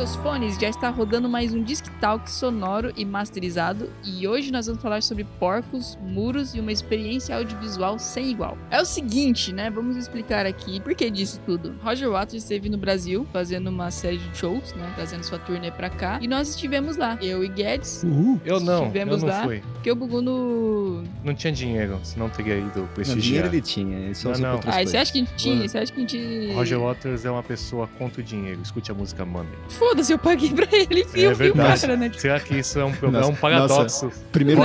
seus fones, já está rodando mais um Disc Talk sonoro e masterizado, e hoje nós vamos falar sobre porcos, muros e uma experiência audiovisual sem igual. É o seguinte, né, vamos explicar aqui por que disso tudo. Roger Waters esteve no Brasil fazendo uma série de shows, né, trazendo sua turnê pra cá, e nós estivemos lá, eu e Guedes. Eu não fui. Porque o Bugu não tinha dinheiro, senão teria ido prestigiar. Não, dinheiro ele tinha, ele só usou pra outras coisas. Você acha que a gente tinha? Você acha que a gente... Roger Waters é uma pessoa contra o dinheiro, escute a música Money. Foda-se, eu paguei pra ele, enfim, o cara, né? Será que isso é um problema, um paradoxo? Nossa. Primeiro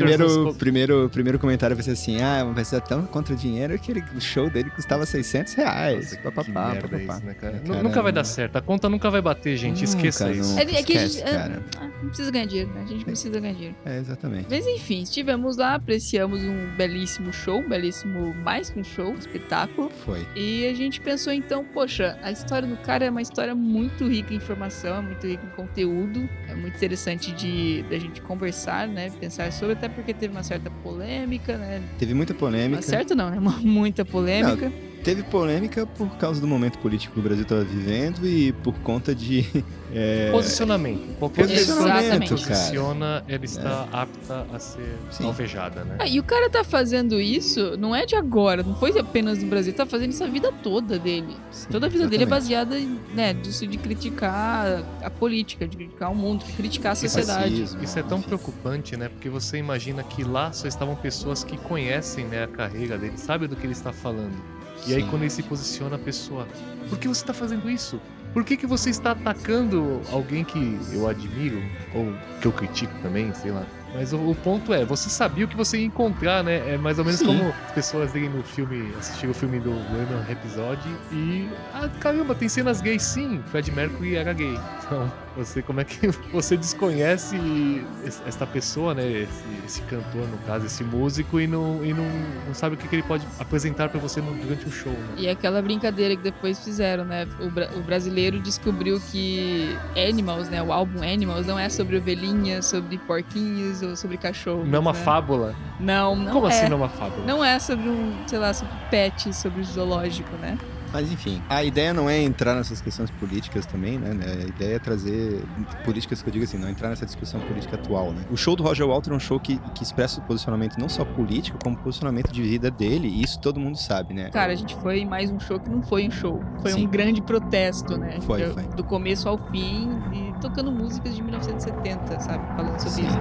comentário vai ser assim, vai ser tão contra o dinheiro que o show dele custava R$600. Nossa, que merda é isso, né, cara? Nunca vai dar certo, a conta nunca vai bater, gente, esqueça isso. Esquece, cara. Não precisa ganhar dinheiro, né? A gente precisa ganhar dinheiro. Exatamente. Mas enfim, estivemos lá, apreciamos um belíssimo show, mais que um show, espetáculo. Foi. E a gente pensou então, poxa, a história do cara é uma história muito rica em informação, é muito rica em conteúdo, é muito interessante da gente conversar, né, pensar sobre, até porque teve uma certa polêmica, né. Teve muita polêmica. Uma certa não, né, muita polêmica. Não. Teve polêmica por causa do momento político que o Brasil estava vivendo e por conta de... Posicionamento. Qualquer pessoa que posiciona, ela está É. apta a ser alvejada, né? E o cara tá fazendo isso, não é de agora, não foi apenas no Brasil, tá fazendo isso a vida toda dele. Sim, toda a vida dele é exatamente. baseada, né, disso de criticar a política, de criticar o mundo, de criticar a sociedade. Racismo, Isso é tão enfim. preocupante, né? Porque você imagina que lá só estavam pessoas que conhecem, né, a carreira dele, sabem do que ele está falando. E aí Sim. quando ele se posiciona, a pessoa... Por que você está fazendo isso? Por que você está atacando alguém que eu admiro? Ou que eu critico também, sei lá. Mas o ponto é, você sabia o que você ia encontrar, né? É mais ou menos como as pessoas irem no filme, assistiram o filme do Bohemian Rhapsody e... caramba, tem cenas gays sim, Freddie Mercury era gay. Então, como é que você desconhece esta pessoa, né? Esse cantor, no caso, esse músico, e não sabe o que ele pode apresentar pra você durante o show, né? E aquela brincadeira que depois fizeram, né? O brasileiro descobriu que Animals, né? O álbum Animals não é sobre ovelhinhas, sobre porquinhos ou sobre cachorro. Não é uma né? fábula? Não Como é. assim não é uma fábula? Não é sobre sobre pet, sobre zoológico, né? Mas enfim, a ideia não é entrar nessas questões políticas também, né? A ideia é trazer políticas, que eu digo assim, não entrar nessa discussão política atual, né? O show do Roger Waters é um show que expressa o posicionamento não só político, como posicionamento de vida dele, e isso todo mundo sabe, né? Cara, a gente foi em mais um show que não foi um show. Foi Sim. um grande protesto, né? Foi. Do começo ao fim, e tocando músicas de 1970, sabe? Falando sobre Sim. isso.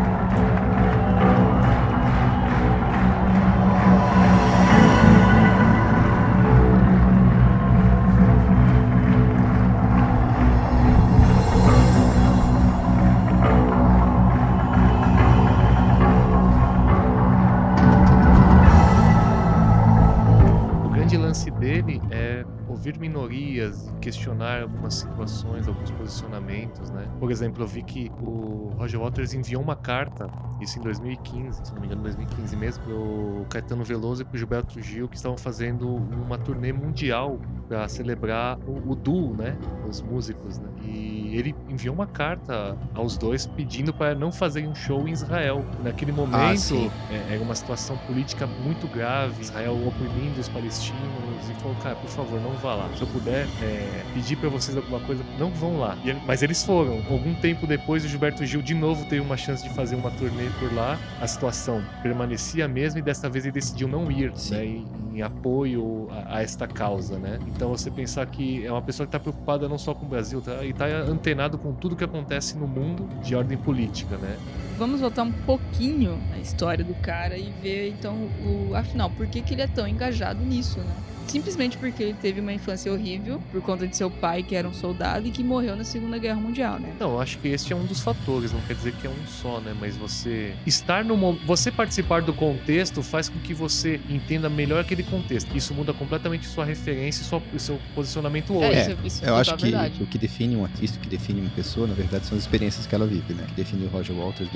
O grande lance dele é ouvir minorias, questionar algumas situações, alguns posicionamentos, né? Por exemplo, eu vi que o Roger Waters enviou uma carta, isso em 2015, se não me engano, 2015 mesmo, pro Caetano Veloso e pro Gilberto Gil, que estavam fazendo uma turnê mundial para celebrar o duo, né? Os músicos, né? E ele enviou uma carta aos dois pedindo para não fazerem um show em Israel. Naquele momento, era uma situação política muito grave, Israel oprimindo os palestinos, e falou, cara, por favor, não vá lá. Se eu puder pedir para vocês alguma coisa, não vão lá. Mas eles foram. Algum tempo depois, o Gilberto Gil de novo teve uma chance de fazer uma turnê por lá. A situação permanecia a mesma e dessa vez ele decidiu não ir, né, em apoio a esta causa, né? Então você pensar que é uma pessoa que está preocupada não só com o Brasil, e está antenado com tudo que acontece no mundo de ordem política, né? Vamos voltar um pouquinho na história do cara e ver, então, afinal, por que ele é tão engajado nisso, né? Simplesmente porque ele teve uma infância horrível por conta de seu pai, que era um soldado e que morreu na Segunda Guerra Mundial, né? Não, eu acho que esse é um dos fatores, não quer dizer que é um só, né? Mas você você participar do contexto faz com que você entenda melhor aquele contexto. Isso muda completamente sua referência e seu posicionamento hoje. Isso eu acho que verdade. o que define um artista, o que define uma pessoa, na verdade, são as experiências que ela vive, né? O que define o Roger Waters dentro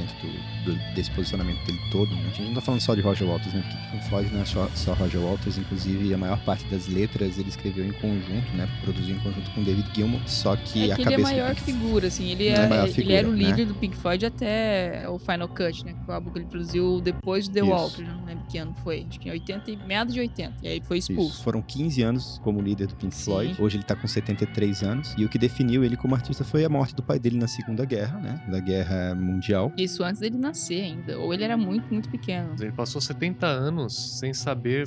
muito desse posicionamento dele todo, né? A gente não tá falando só de Roger Waters, né? Porque o Floyd não é só Roger Waters, inclusive a maior parte das letras ele escreveu em conjunto, né? Produziu em conjunto com David Gilmour, só que a ele cabeça... é a maior figura, assim, ele era o líder do Pink Floyd até o Final Cut, né? Que foi o álbum que ele produziu depois do The Wall, que eu já não lembro que ano foi, acho que em meados de 80, e aí foi expulso. Isso. Foram 15 anos como líder do Pink Floyd, hoje ele tá com 73 anos, e o que definiu ele como artista foi a morte do pai dele na Segunda Guerra, né? Da Guerra Mundial. Isso antes dele nascer ainda, ou ele era muito, muito pequeno. Ele passou 70 anos sem saber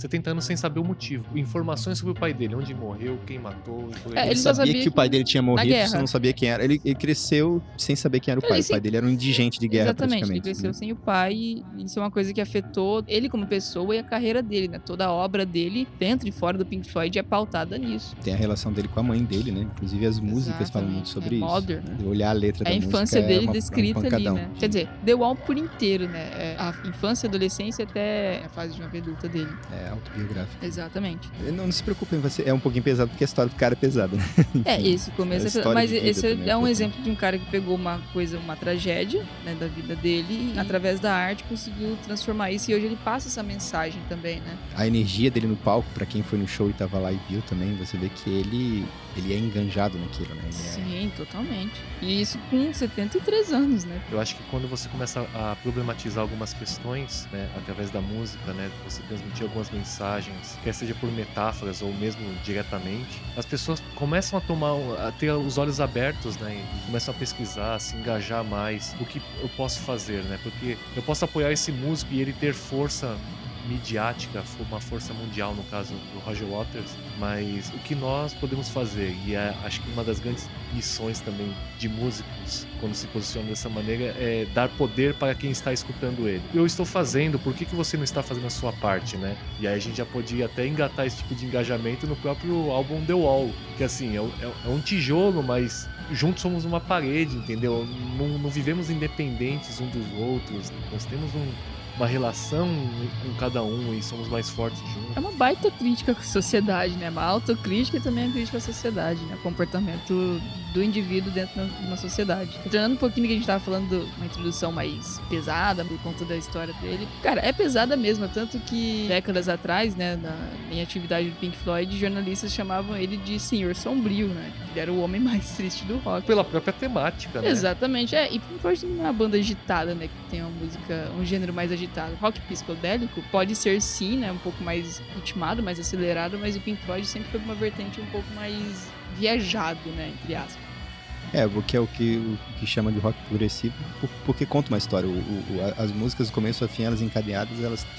o motivo. Informações sobre o pai dele, onde morreu, quem matou. Ele só sabia que o pai dele tinha morrido, você não sabia quem era. Ele cresceu sem saber quem era o pai. O pai dele era um indigente de guerra, exatamente, praticamente. Ele cresceu sem o pai, e isso é uma coisa que afetou ele como pessoa e a carreira dele, né? Toda a obra dele, dentro e fora do Pink Floyd, é pautada nisso. Tem a relação dele com a mãe dele, né? Inclusive as músicas falam muito sobre isso. Mother, né? Olhar a letra da música. A infância dele descrita um ali, né? Quer dizer, The Wall por inteiro, né? A infância, adolescência até a fase de uma vida adulta dele. É autobiográfico. Exatamente. Não se preocupem, é um pouquinho pesado porque a história do cara é pesada, né? Esse começo é pesado. Mas esse é um exemplo de um cara que pegou uma tragédia, né, da vida dele e através da arte conseguiu transformar isso, e hoje ele passa essa mensagem também, né? A energia dele no palco, pra quem foi no show e tava lá e viu também, você vê que ele é enganjado naquilo, né? Sim, totalmente. E isso com 73 anos, né? Eu acho que quando você começa a problematizar algumas questões, né, através da música, né, você transmitir algumas mensagens, quer seja por metáforas ou mesmo diretamente, as pessoas começam a ter os olhos abertos, né, e começam a pesquisar, a se engajar mais. O que eu posso fazer, né? Porque eu posso apoiar esse músico e ele ter força midiática, uma força mundial no caso do Roger Waters, mas o que nós podemos fazer, e acho que uma das grandes missões também de músicos quando se posicionam dessa maneira é dar poder para quem está escutando ele. Eu estou fazendo, por que você não está fazendo a sua parte, né? E aí a gente já podia até engatar esse tipo de engajamento no próprio álbum The Wall, que assim, é um tijolo, mas juntos somos uma parede, entendeu? Não vivemos independentes uns dos outros, nós temos uma relação com cada um e somos mais fortes juntos. É uma baita crítica à sociedade, né? Uma autocrítica e também a crítica à sociedade, né? O comportamento do indivíduo dentro de uma sociedade. Entrando um pouquinho no que a gente tava falando, uma introdução mais pesada por conta da história dele. Cara, é pesada mesmo, tanto que décadas atrás, né, em atividade do Pink Floyd, jornalistas chamavam ele de Senhor Sombrio, né? Ele era o homem mais triste do rock. Pela própria temática, né? Exatamente, e Pink Floyd não é uma banda agitada, né? Que tem uma música, um gênero mais agitado. Rock psicodélico pode ser sim, né? Um pouco mais ritmado, mais acelerado, mas o Pink Floyd sempre foi uma vertente um pouco mais viajado, né? Entre aspas. Porque é o que chama de rock progressivo, porque conta uma história. As músicas do começo ao fim, elas encadeadas,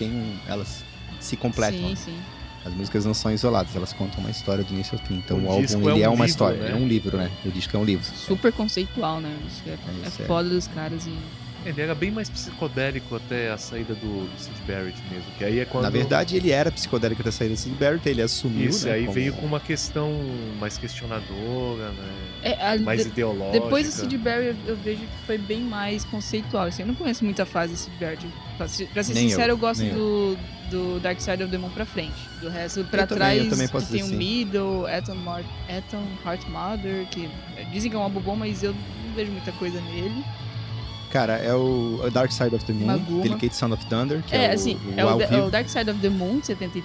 elas se completam. Sim, sim. As músicas não são isoladas, elas contam uma história do início ao fim. Então o álbum disco ele é uma livro, história, né? é um livro, né? O disco é um livro. Super conceitual, né? Isso é foda dos caras e... Ele era bem mais psicodélico até a saída do Syd Barrett mesmo, que aí é quando... Na verdade, ele era psicodélico até a saída do Syd Barrett, ele assumiu, isso, né, aí como... veio com uma questão mais questionadora, né? Mais ideológica. Depois do Syd Barrett, eu vejo que foi bem mais conceitual. Assim, eu não conheço muita fase do Syd Barrett. Pra ser sincero, eu gosto do Dark Side of the Moon pra frente. Do resto, pra trás, eu também posso tem dizer o sim. Middle, Atom Heart Mother, que dizem que é um álbum bom, mas eu não vejo muita coisa nele. Cara, é o Dark Side of the Moon, Maguma. Delicate Sound of Thunder, que o Dark Side of the Moon,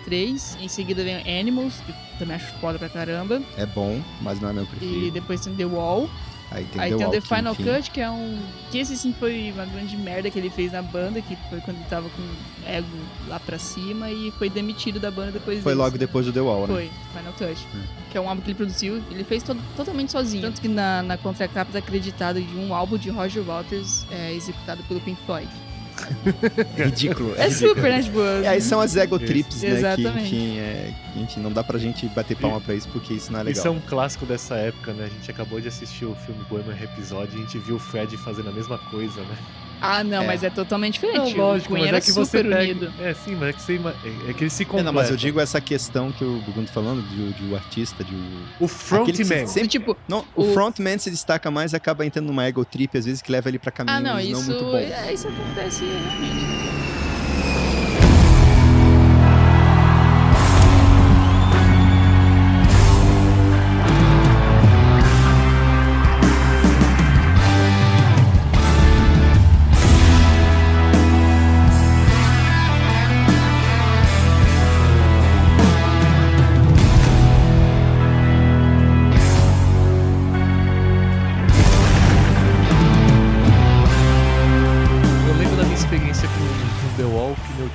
73. Em seguida vem Animals, que também acho foda pra caramba. É bom, mas não é meu preferido. E depois tem The Wall. Aí tem o The Final enfim. Cut, que é que esse sim foi uma grande merda que ele fez na banda, que foi quando ele tava com ego lá pra cima e foi demitido da banda depois Foi disso. logo depois do The Wall, né? Foi, Final Touch. Que é um álbum que ele produziu, ele fez totalmente sozinho. Tanto que na contracapa tá acreditado de um álbum de Roger Waters executado pelo Pink Floyd. É ridículo. É super, né? Tipo, aí são as ego trips, né? Exatamente. Que, enfim, não dá pra gente bater palma pra isso, porque isso não é legal. Isso é um clássico dessa época, né? A gente acabou de assistir o filme Bohemian Rhapsody e a gente viu o Fred fazendo a mesma coisa, né? Ah, não, mas é totalmente diferente. Não, lógico, o Queen mas era é que você super pega... unido. Sim, mas é que eles se completam. Não, mas eu digo essa questão que o Bugundo tá falando, de o artista, o frontman. O frontman se destaca mais e acaba entrando numa ego trip, às vezes, que leva ele pra caminhos não muito bons. Isso acontece realmente.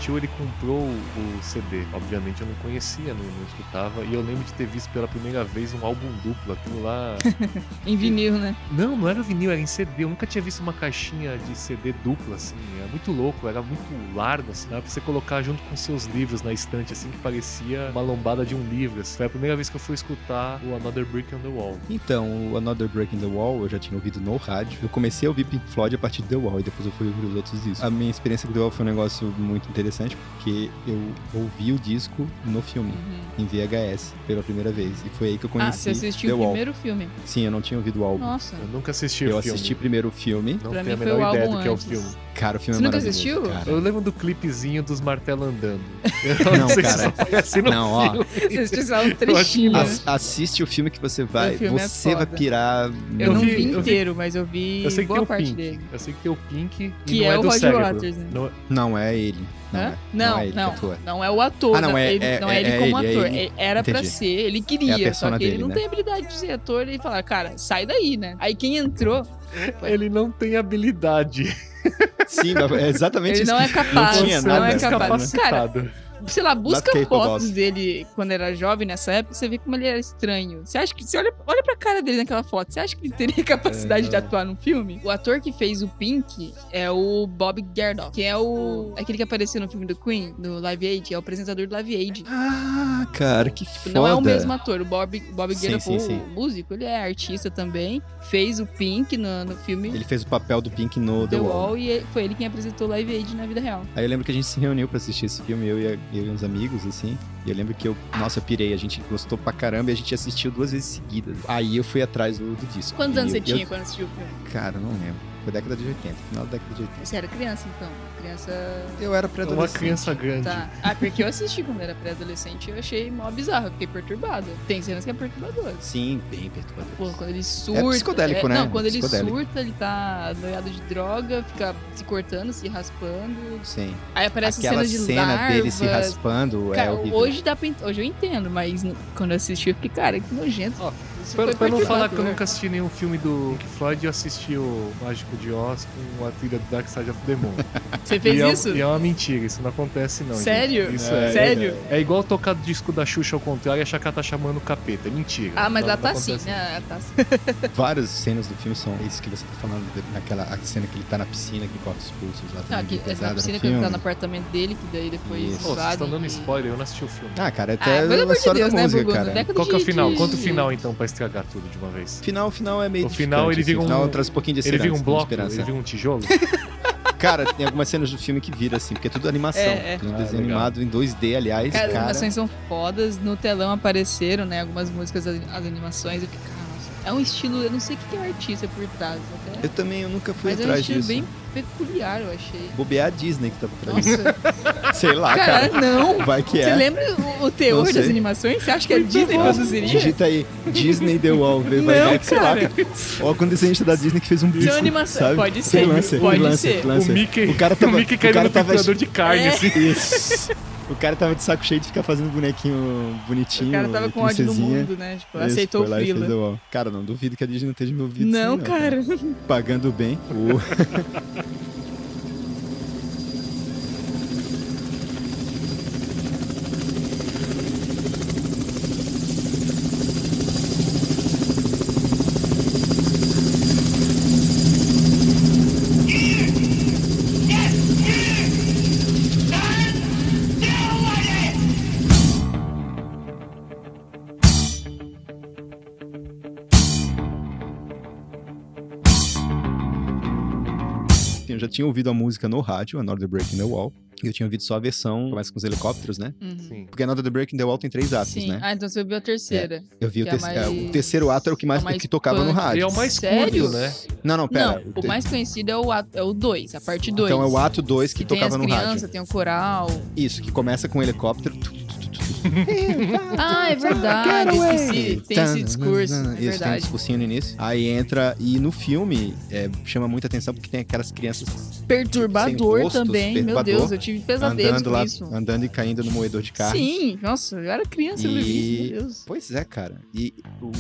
tio, ele comprou o CD. Obviamente eu não conhecia, não escutava. E eu lembro de ter visto pela primeira vez um álbum duplo, aquilo lá... Em vinil, né? Não era vinil, era em CD. Eu nunca tinha visto uma caixinha de CD dupla, assim. Era muito louco, era muito largo, assim. Dava pra você colocar junto com seus livros na estante, assim, que parecia uma lombada de um livro. Assim. Foi a primeira vez que eu fui escutar o Another Brick on the Wall. Então, o Another Brick in the Wall eu já tinha ouvido no rádio. Eu comecei a ouvir Pink Floyd a partir de The Wall e depois eu fui ouvir os outros discos. A minha experiência com The Wall foi um negócio muito interessante porque eu ouvi o disco no filme, em VHS, pela primeira vez. E foi aí que eu conheci você assistiu The o Wall. primeiro filme? Sim, eu não tinha ouvido o álbum. Nossa. Eu nunca assisti o Eu filme. assisti primeiro o filme. Não Pra tenho a mim foi menor o ideia álbum do que é o antes. filme. Cara, o filme Você é nunca maravilhoso, assistiu? cara. Eu lembro do clipezinho dos martelos andando. Não, sei cara. se foi assim no Não, ó. filme. Você assistiu só um trechinho. né? Assiste o filme que você vai... O filme é Você vai foda. pirar... Eu Eu não vi- vi eu vi- inteiro, mas eu vi Eu sei que boa tem o parte Pink. dele. Eu sei que tem o Pink e Que não é é o do Roger cérebro. Waters, né? Não é ele. Não é ele que atua. Não é o ator. Ah, não, é ele, não é ele ele, como é ator. ele. Era pra Entendi. ser, ele É a queria, só persona que ele dele, não né? tem habilidade de ser ator. Ele fala, cara, sai daí, né? Aí quem entrou, Ele não tem habilidade. Sim, é exatamente ele isso. não é capaz. tinha Não nada, é capaz. Cara, Descapacitado. sei lá, busca Not capable. fotos dele quando era jovem nessa época, você vê como ele era estranho. Você acha que. Você olha pra cara dele naquela foto, você acha que ele teria capacidade de atuar num filme? O ator que fez o Pink é o Bob Geldof, que é aquele que apareceu no filme do Queen, do Live Aid, é o apresentador do Live Aid. Ah, cara, que foda. Não é o mesmo ator. O Bob Sim, Geldof, sim, sim. o músico, ele é artista também. Fez o Pink no filme Ele fez o papel do Pink no The Wall e foi ele quem apresentou o Live Aid na vida real. Aí eu lembro que a gente se reuniu pra assistir esse filme, eu e uns amigos, assim. E eu lembro que eu pirei. A gente gostou pra caramba e a gente assistiu 2 vezes seguidas. Aí eu fui atrás do disco. Quantos E anos você eu- tinha quando assistiu o filme? Cara, não lembro. Foi década de 80, final da década de 80. Você era criança, então? Criança... Eu era Uma pré-adolescente. criança grande. Tá. Ah, porque eu assisti quando era pré-adolescente e eu achei mó bizarro. Eu fiquei perturbada. Tem cenas que é perturbador. Sim, bem perturbador. Pô, quando ele surta... psicodélico, né? Não, quando ele Psicodélico. surta, ele tá noiado de droga, fica se cortando, se raspando. Sim. Aí aparece Aquela cena de cena larva. dele se raspando Cara, é horrível. hoje eu entendo, mas quando eu assisti eu fiquei, cara, que nojento. Ó, Isso Pra foi não falar que eu perturbador. nunca assisti nenhum filme do Pink Floyd, eu assisti o Mágico de Oz com a trilha do Dark Side of the Moon. Você fez isso? E é uma mentira, isso não acontece não. Sério? Gente. Isso Sério? É igual tocar disco da Xuxa ao contrário e achar que ela tá chamando o capeta. É mentira. Ah, mas Não- ela não tá assim, acontece. né? Ela tá assim. Várias cenas do filme são isso que você tá falando, naquela a cena que ele tá na piscina, que corta os pulsos lá Ah, também, que, bem essa pesada piscina no que ele tá filme. no apartamento dele, que daí depois Isso. Pô, vocês invadem estão dando e- spoiler, eu não assisti o filme. Ah, cara, Ah, até pelo a amor de história Deus, da né, música, Bugu? cara. Década Qual que é o de- final? de- Conta o final então, pra estragar tudo de uma vez. O final é meio O final, ele edificante, vira assim. O final um- traz um pouquinho de Ele esperança. vira um de bloco, esperança. ele vira um tijolo. Cara, tem algumas cenas do filme que vira, assim, porque é tudo animação. É, é. Tem um Ah, desenho legal. animado em 2D, aliás, Cara, as cara. animações são fodas. No telão apareceram, né, algumas músicas, as animações. Eu fiquei, cara, nossa, é um estilo, eu não sei o que é o artista por trás, até. Eu nunca fui Mas é um atrás estilo disso. bem peculiar, eu achei. Bobear a Disney que tá por trás. Nossa, Sei lá, cara, cara. não. Vai que Você é. lembra o teor Não sei. das animações? Você acha que a Disney produziria? Digita aí, Disney The Wall, vai Não, ver que sei lá, cara. cara. Ó, quando desenhista da Disney que fez um bicho, São animações, sabe? pode ser, Freelancer, pode freelancer, ser. freelancer. O Mickey, O cara tava, caindo no tava triturador de carne, É. assim. Isso. O cara tava de saco cheio de ficar fazendo bonequinho bonitinho. O cara tava com ódio do princesinha. mundo, né? Tipo, Isso, aceitou foi o lá e fez frila. The Wall. Cara, não duvido que a Disney não esteja me ouvindo. Não, assim, cara. Pagando bem. Eu já tinha ouvido a música no rádio, Another Break in the Wall. E eu tinha ouvido só a versão, começa com os helicópteros, né? Uhum. Sim. Porque Another Break in the Wall tem 3 atos, Sim. né? Ah, então você viu a terceira. Eu vi que é mais- o terceiro ato era o que mais, é o mais que tocava no punk. rádio. E é o mais Sério? curto, né? Não, pera. Não, o mais conhecido é o 2, a parte 2. Então é o ato 2 que tem tocava as no crianças, rádio. tem o coral. Isso, que começa com um helicóptero. Ah, é verdade, esqueci. Tem esse discurso, é Isso, tem um verdade. discursinho no início. Aí entra, e no filme chama muita atenção porque tem aquelas crianças Perturbador sem rostos, também, meu perturbador, Deus, eu tive pesadelos andando com lá, isso. andando e caindo no moedor de carne. Sim, nossa, eu era criança, eu vi isso, meu Deus. Pois é, cara. E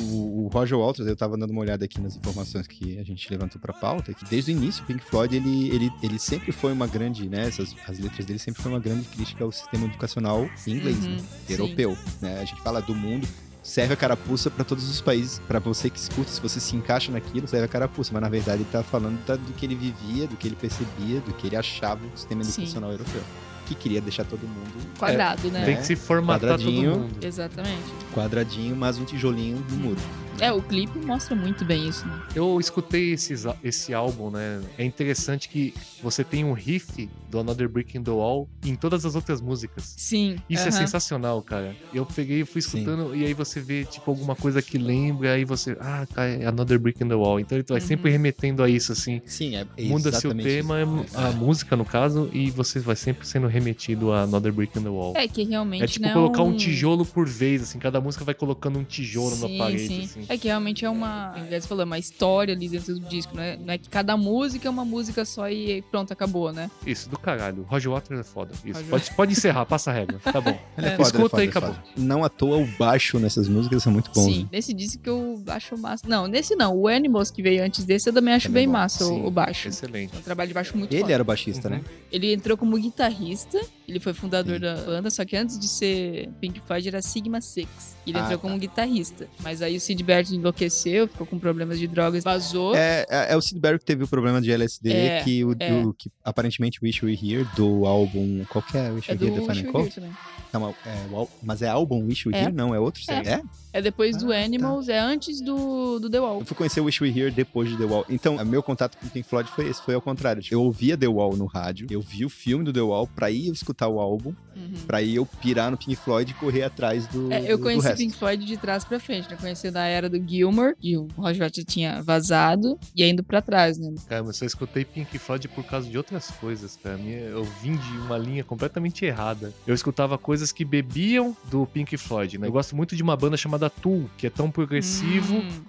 o Roger Waters, eu tava dando uma olhada aqui nas informações que a gente levantou pra pauta, que desde o início o Pink Floyd, ele sempre foi uma grande, né, as letras dele sempre foi uma grande crítica ao sistema educacional inglês, né, sim. europeu, né? A gente fala do mundo, serve a carapuça pra todos os países, pra você que escuta, se você se encaixa naquilo, serve a carapuça, mas na verdade ele tá falando do que ele vivia, do que ele percebia, do que ele achava do sistema Sim. educacional europeu, que queria deixar todo mundo Quadrado, né? Tem que se formatar todo Quadradinho. mundo. Exatamente. quadradinho, mas um tijolinho no muro. É, o clipe mostra muito bem isso, né? Eu escutei esse álbum, né? É interessante que você tem um riff do Another Brick in the Wall em todas as outras músicas. Sim. Isso é aham. sensacional, cara. Eu peguei e fui escutando, e aí você vê, tipo, alguma coisa que lembra, aí você... Ah, cara, é Another Brick in the Wall. Então ele vai sempre remetendo a isso, assim. Sim, é Muda-se o tema, a música, no caso, e você vai sempre sendo remetido a Another Brick in the Wall. É que realmente É tipo não é colocar um tijolo por vez, assim. Cada música vai colocando um tijolo sim, na parede, sim. assim. É que realmente é uma, como você falou, uma história ali dentro do disco, né? Não é que cada música é uma música só e pronto, acabou, né? Isso, do caralho. Roger Waters é foda. Isso. Roger- Pode encerrar, passa a régua. Tá bom. Ele é É. foda, Escuta ele é e foda, acabou. ele é foda. Não à toa o baixo nessas músicas são muito bons. Sim, né? nesse disco que eu acho massa. Não, nesse não. O Animals que veio antes desse eu também acho Também bem bom. massa Sim, o baixo. Excelente. É um trabalho de baixo muito Ele foda. era o baixista, Uhum. né? Ele entrou como guitarrista, ele foi fundador Sim. da banda, só que antes de ser Pink Floyd era Sigma Six. Ele entrou como guitarrista. Mas aí o Sid Barrett enlouqueceu, ficou com problemas de drogas, vazou. É o Sid Barrett que teve o problema de LSD, É, que, é. que aparentemente Wish We Here, do álbum... Qual que é? Wish É We do Here, The Wish Final We Call? Here também. Não, mas é álbum Wish We É. Here? Não, é outro? É. É? É depois do Ah, tá. Animals, é antes do The Wall. Eu fui conhecer o Wish We Here depois de The Wall. Então, o meu contato com o Pink Floyd foi esse, foi ao contrário. Eu ouvia The Wall no rádio, eu vi o filme do The Wall pra ir escutar o álbum, pra ir eu pirar no Pink Floyd e correr atrás do, É, eu do conheci resto. Pink Floyd de trás pra frente, né? Conheci da era do Gilmour, e o Roger Waters tinha vazado, e indo pra trás, né? Cara, mas eu escutei Pink Floyd por causa de outras coisas, cara. Eu vim de uma linha completamente errada. Eu escutava coisas que bebiam do Pink Floyd, né? Eu gosto muito de uma banda chamada Tool, que é tão progressivo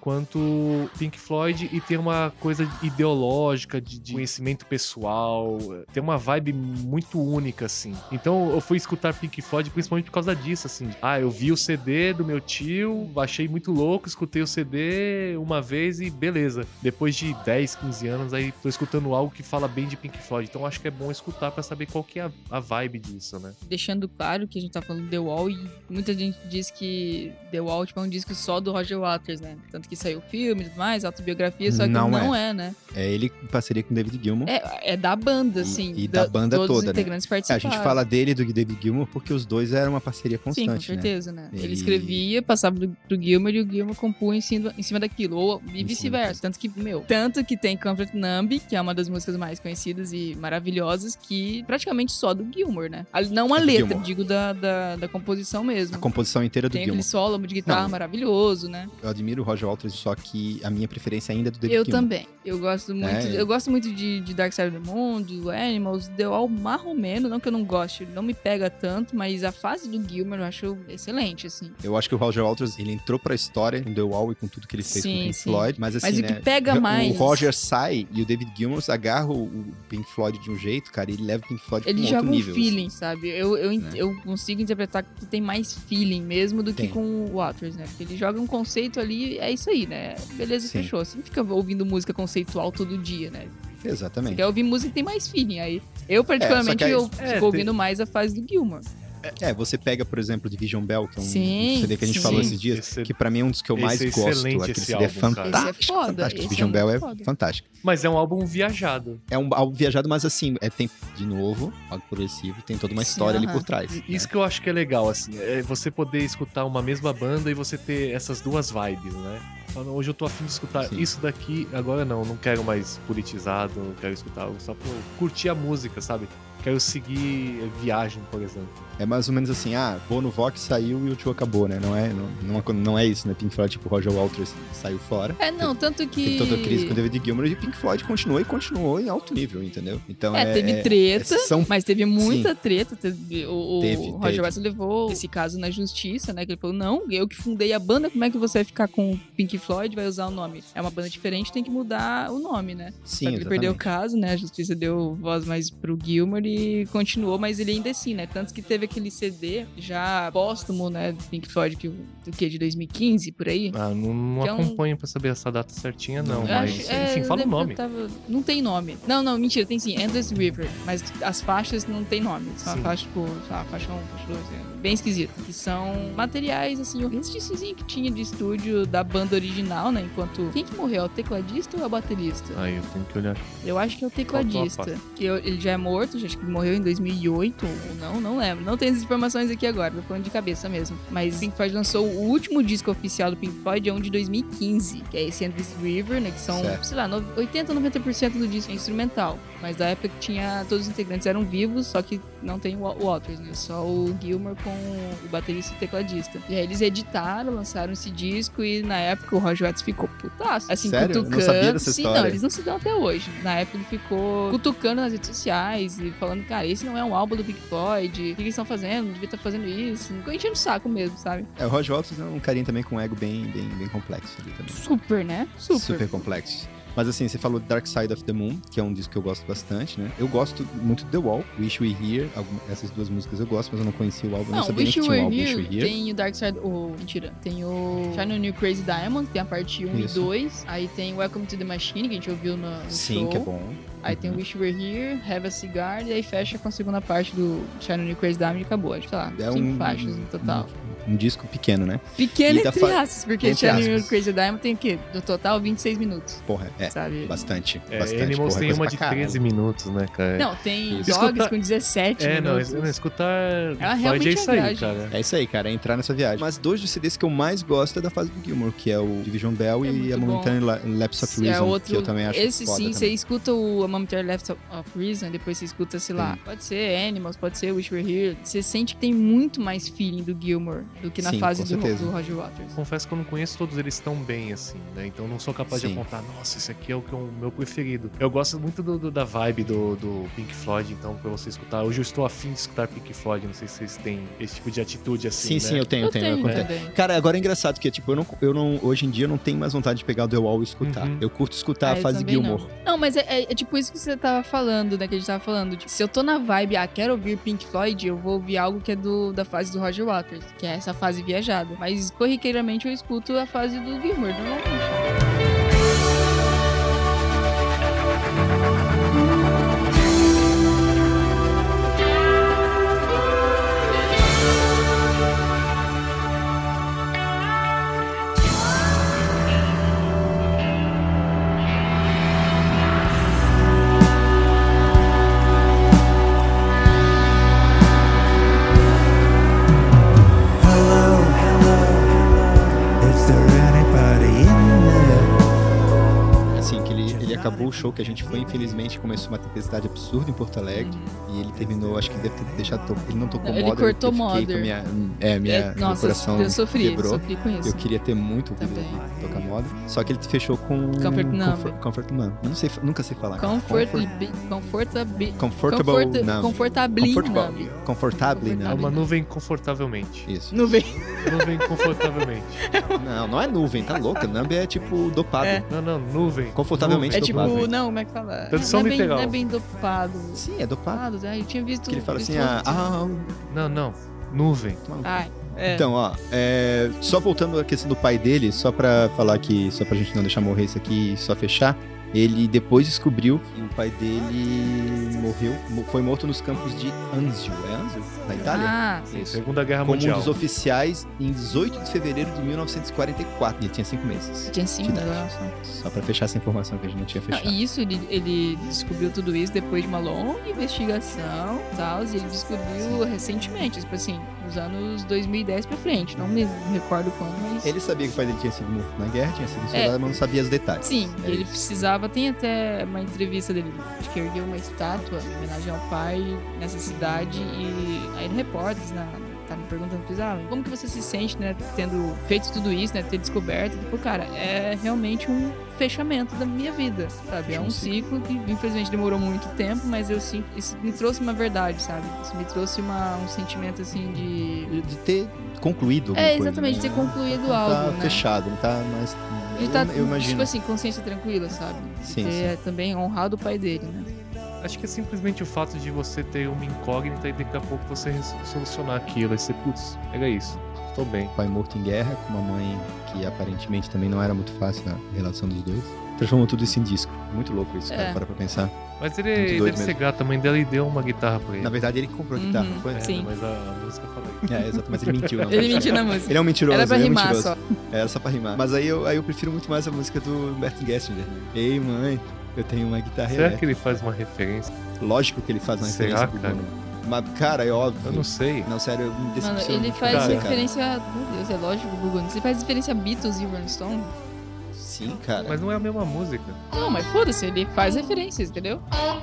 quanto Pink Floyd e tem uma coisa ideológica, de conhecimento pessoal. Tem uma vibe muito única, assim. Então eu fui escutar Pink Floyd principalmente por causa disso, assim. Ah, eu vi o CD do meu tio, achei muito louco, escutei o CD uma vez e beleza. Depois de 10, 15 anos, aí tô escutando algo que fala bem de Pink Floyd. Então acho que é bom escutar pra saber qual que é a vibe disso, né? Deixando claro que a gente tá falando do The Wall, e muita gente diz que The Wall tipo, é um disco só do Roger Waters, né? Tanto que saiu filme e tudo mais, autobiografia, só que não é, né? É ele em parceria com o David Gilmour. É da banda, assim. E da banda todos toda, os integrantes A participaram. gente fala dele e do David Gilmour porque os dois eram uma parceria Sim, constante, com certeza, né? Ele Ele- escrevia, passava pro Gilmour e o Gilmour compunha em cima daquilo, ou e vice-versa. Tanto que tem Comfort Numb, que é uma das músicas mais conhecidas e maravilhosas, que praticamente só do Gilmour, né? Não a É do letra, Gilmour. digo da composição mesmo. A composição inteira do Tem Gilmour. aquele solo de guitarra Não. maravilhoso, né? Eu admiro o Roger Waters, só que a minha preferência ainda é do David Eu Gilmour. também. Eu gosto muito. É. Eu gosto muito de Dark Side of the Moon, do Animals, The Wall marromeno, não que eu não goste, não me pega tanto, mas a fase do Gilmour eu acho excelente, assim. Eu acho que o Roger Waters, ele entrou pra história em The Wall e com tudo que ele fez com o Sim, Pink sim. Floyd, mas assim, Mas o né, que pega mais- o Roger sai e o David Gilmour agarra o Pink Floyd de um jeito, cara, e ele leva o Pink Floyd Ele pra um joga outro um nível. feeling, assim. sabe? Eu consigo interpretar que tem mais feeling mesmo do que Tem. com o Waters, né? Porque ele joga um conceito ali, é isso aí, né? Beleza, Sim. fechou. Você não fica ouvindo música conceitual todo dia, né? Você Exatamente. quer ouvir música que tem mais feeling. Aí, eu particularmente, só que aí- eu fico ouvindo mais a fase do Gilmour. Você pega, por exemplo, Division Bell, que é um Sim, CD que a gente sim. falou esses dias, Esse- que pra mim é um dos que eu mais esse é gosto. excelente Aquele esse CD é álbum, cara. fantástico. Esse é foda, fantástico. esse Division é Bell muito é foda. fantástico. Mas é um álbum viajado. É um álbum viajado, mas assim, tem, de novo, algo progressivo, tem toda uma Sim, história ali aham. por trás. Isso que eu acho que é legal, assim, é você poder escutar uma mesma banda e você ter essas duas vibes, né? Falando, hoje eu tô afim de escutar Sim. isso daqui, agora não quero mais politizado, quero escutar algo só pra eu curtir a música, sabe? quero seguir Viagem, por exemplo. É mais ou menos assim, Bono Vox saiu e o tio acabou, né? Não é isso, né? Pink Floyd, tipo, Roger Waters saiu fora. Tanto que... Teve toda a crise com o David Gilmour e Pink Floyd continuou em alto nível, entendeu? Então teve treta, mas teve muita treta. O Roger Waters levou esse caso na justiça, né? Que ele falou, não, eu que fundei a banda, como é que você vai ficar com Pink Floyd, vai usar o nome? É uma banda diferente, tem que mudar o nome, né? Sim, ele perdeu o caso, né? A justiça deu voz mais pro Gilmour e continuou, mas ele ainda assim, né? Tanto que teve aquele CD já póstumo, né? Do Pink Floyd, de 2015, por aí. Não acompanho pra saber essa data certinha, não. Mas, enfim, fala o nome. Não tem nome. Não, mentira, tem sim. Endless River. Mas as faixas não tem nome. São faixas, tipo, faixa 1, faixa 2, bem esquisito. Que são materiais, assim, o restíciozinho que tinha de estúdio da banda original, né? Enquanto... Quem que morreu? É o tecladista ou é o baterista? Eu tenho que olhar. Eu acho que é o tecladista. Que ele já é morto, acho que ele morreu em 2008 ou não lembro. Não tenho as informações aqui agora, tô falando de cabeça mesmo. Mas Pink Floyd lançou o último disco oficial do Pink Floyd, é um de 2015, que é esse Endless River, né? Que são, sei lá, 80-90% do disco é instrumental. Mas da época que tinha... Todos os integrantes eram vivos, só que não tem o Waters, né? Só o Gilmour com o baterista e o tecladista. E aí eles editaram, lançaram esse disco e na época o Roger Waters ficou putaço. Assim, sério? cutucando. Eu não sabia dessa história. Não, eles não se dão até hoje. Na época ele ficou cutucando nas redes sociais e falando, cara, esse não é um álbum do Pink Floyd, o que eles estão fazendo? Não devia estar fazendo isso. Ficou enchendo o saco mesmo, sabe? O Roger Waters é um carinha também com um ego bem complexo ali também. Super, né? Super complexo. Mas assim, você falou Dark Side of the Moon, que é um disco que eu gosto bastante, né? Eu gosto muito de The Wall, Wish We Here, essas duas músicas eu gosto, mas eu não conhecia o álbum, eu não sabia nem que tinha um álbum Wish We Here. Tem o Dark Side, mentira, tem o Shine On You Crazy Diamond, tem a parte 1 e 2, aí tem Welcome to the Machine, que a gente ouviu no Sim, show. Que é bom. Aí tem Wish We Were Here, Have a Cigar, e aí fecha com a segunda parte do Shine On You Crazy Diamond e acabou, acho que, sei lá, 5 faixas no total. Um disco pequeno, né? Pequeno entre aspas, porque Shine On You Crazy Diamond tem o quê? No total, 26 minutos. Porra, sabe? Bastante. Animals tem uma de 13 minutos, né, cara? Não, tem Dogs com 17 minutos. Não, escutar realmente é isso aí, cara. É isso aí, cara, é entrar nessa viagem. Mas dois dos CDs que eu mais gosto é da fase do Gilmour, que é o Division Bell e a Momentary Lapse of Reason, que eu também acho esse foda sim, também. Você escuta a Momentary Lapse of Reason, depois você escuta, sei lá, pode ser Animals, pode ser Wish We're Here, você sente que tem muito mais feeling do Gilmour do que na fase do Roger Waters. Confesso que eu não conheço todos eles tão bem assim, né? Então não sou capaz de apontar, nossa, esse aqui é o meu preferido. Eu gosto muito da vibe do Pink Floyd, então pra você escutar. Hoje eu estou afim de escutar Pink Floyd, não sei se vocês têm esse tipo de atitude assim, Sim, né? eu tenho. Cara, agora é engraçado que, tipo, eu não, hoje em dia eu não tenho mais vontade de pegar o The Wall e escutar. Eu curto escutar a fase Gilmour. Não, mas é tipo isso que você tava falando, né, que a gente tava falando. Tipo, se eu tô na vibe, quero ouvir Pink Floyd, eu vou ouvir algo que é da fase do Roger Waters, que é essa fase viajada. Mas corriqueiramente eu escuto a fase do Gilmour, normalmente. Acabou o show que a gente foi, infelizmente começou uma tempestade absurda em Porto Alegre e ele terminou, acho que deve ter deixado, ele não tocou Mother. Ele cortou Mother. Meu coração eu sofri com isso. Eu queria ter muito ouvido tocar Mother, só que ele fechou com Comfort Numb. Nunca sei falar. Confortably Numb. É uma nuvem confortavelmente. Isso. Nuvem confortavelmente. Não é nuvem, tá louca. Numb é tipo dopado. Não, nuvem. Confortavelmente dopado. É tipo, não, como é que fala? Tradução literal. Não é bem dopado. Sim, é dopado. Eu tinha visto... Que ele fala assim, Não, nuvem. Então, só voltando à questão do pai dele, só pra falar que, só pra gente não deixar morrer isso aqui e só fechar, ele depois descobriu que o pai dele foi morto nos campos de Anzio, na Itália? Sim, Segunda Guerra Mundial. Como um dos oficiais em 18 de fevereiro de 1944, e ele tinha 5 meses. Tinha 5 meses, só pra fechar essa informação que a gente não tinha fechado. E isso, ele descobriu tudo isso depois de uma longa investigação e tal, e ele descobriu recentemente, tipo assim, nos anos 2010 pra frente, não me recordo quando, mas... Ele sabia que o pai dele tinha sido morto na guerra, tinha sido soldado, mas não sabia os detalhes. Sim, ele precisava gostava. Tem até uma entrevista dele, acho que ergueu uma estátua em homenagem ao pai nessa cidade. E aí repórteres tá me perguntando pra ele, como que você se sente, né, tendo feito tudo isso, né, ter descoberto. Ele falou, cara, é realmente um fechamento da minha vida, sabe? É um ciclo que infelizmente demorou muito tempo, mas eu sinto, isso me trouxe uma verdade, sabe? Isso me trouxe um sentimento assim de ter concluído. Exatamente, de ter concluído algo, tá né? fechado, não tá mais. Ele tá, eu imagino. tipo assim, consciência tranquila, sabe? Sim, ter também honrado o pai dele, né? Acho que é simplesmente o fato de você ter uma incógnita e daqui a pouco você solucionar aquilo. Aí você, putz, era isso. Tô bem. Pai morto em guerra, com uma mãe que aparentemente também não era muito fácil na relação dos dois. Transformou tudo isso em disco. Muito louco isso, cara, para pra pensar. Mas ele deve ser gato, a mãe dela e deu uma guitarra pra ele. Na verdade, ele comprou a guitarra, não foi? Sim. Mas a música fala isso. Exato, mas ele mentiu. Não, ele mentiu na música. Ele é um mentiroso. Era pra rimar mentiroso. só. Era só pra rimar. Mas aí eu prefiro muito mais a música do Humberto Gessinger. Ei, mãe, eu tenho uma guitarra Será elétrica. que ele faz uma referência? Lógico que ele faz uma referência pro Bruno. Mas, cara, é óbvio. Eu não sei. Não, sério, eu me decepciono. Mano, ele faz cara. referência... Meu Deus, é lógico, Bugon. Você faz referência a Beatles e Rolling Stone? Sim, cara. Mas não é a mesma música. Não, mas foda-se, ele faz referências, entendeu?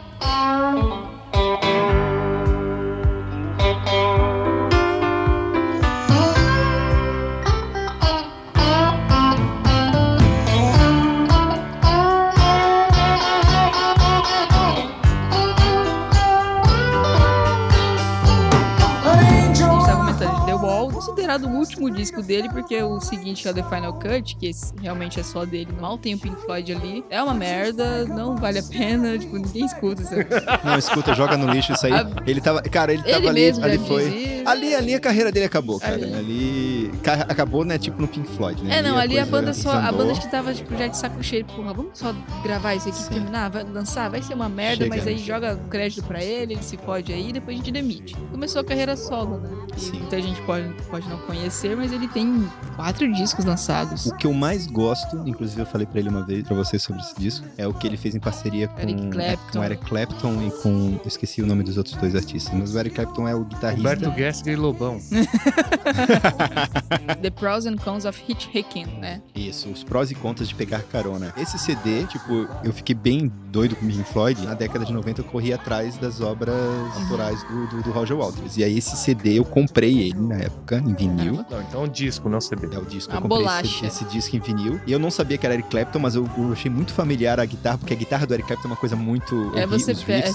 Considerado o último disco dele, porque o seguinte é o The Final Cut, que realmente é só dele, mal tem o Pink Floyd ali, é uma merda, não vale a pena, tipo, ninguém escuta isso. Não, escuta, joga no lixo isso aí. Ele tava ali foi... Ali a carreira dele acabou, cara. Ali acabou, né, tipo no Pink Floyd, né? Ali a banda acho que tava, tipo, já de saco cheio, porra, vamos só gravar isso aqui, terminar, vai lançar, vai ser uma merda, mas aí joga o crédito pra ele se fode aí, depois a gente demite. Começou a carreira solo, né? E muita gente pode não conhecer, mas ele tem 4 discos lançados. O que eu mais gosto, inclusive eu falei pra ele uma vez, pra vocês sobre esse disco, é o que ele fez em parceria com Eric Clapton e com... Eu esqueci o nome dos outros 2 artistas, mas o Eric Clapton é o guitarrista. Humberto Gessinger e Lobão. The Pros and Cons of Hitchhiking, né? Isso, os prós e contras de pegar carona. Esse CD, tipo, eu fiquei bem doido com o Pink Floyd. Na década de 90 eu corri atrás das obras autorais do Roger Waters. E aí esse CD eu comprei ele na época, em vinil. Não, então é um disco, não CD. É o disco, eu comprei esse disco em vinil. E eu não sabia que era Eric Clapton, mas eu achei muito familiar a guitarra, porque a guitarra do Eric Clapton é uma coisa muito... Você pega.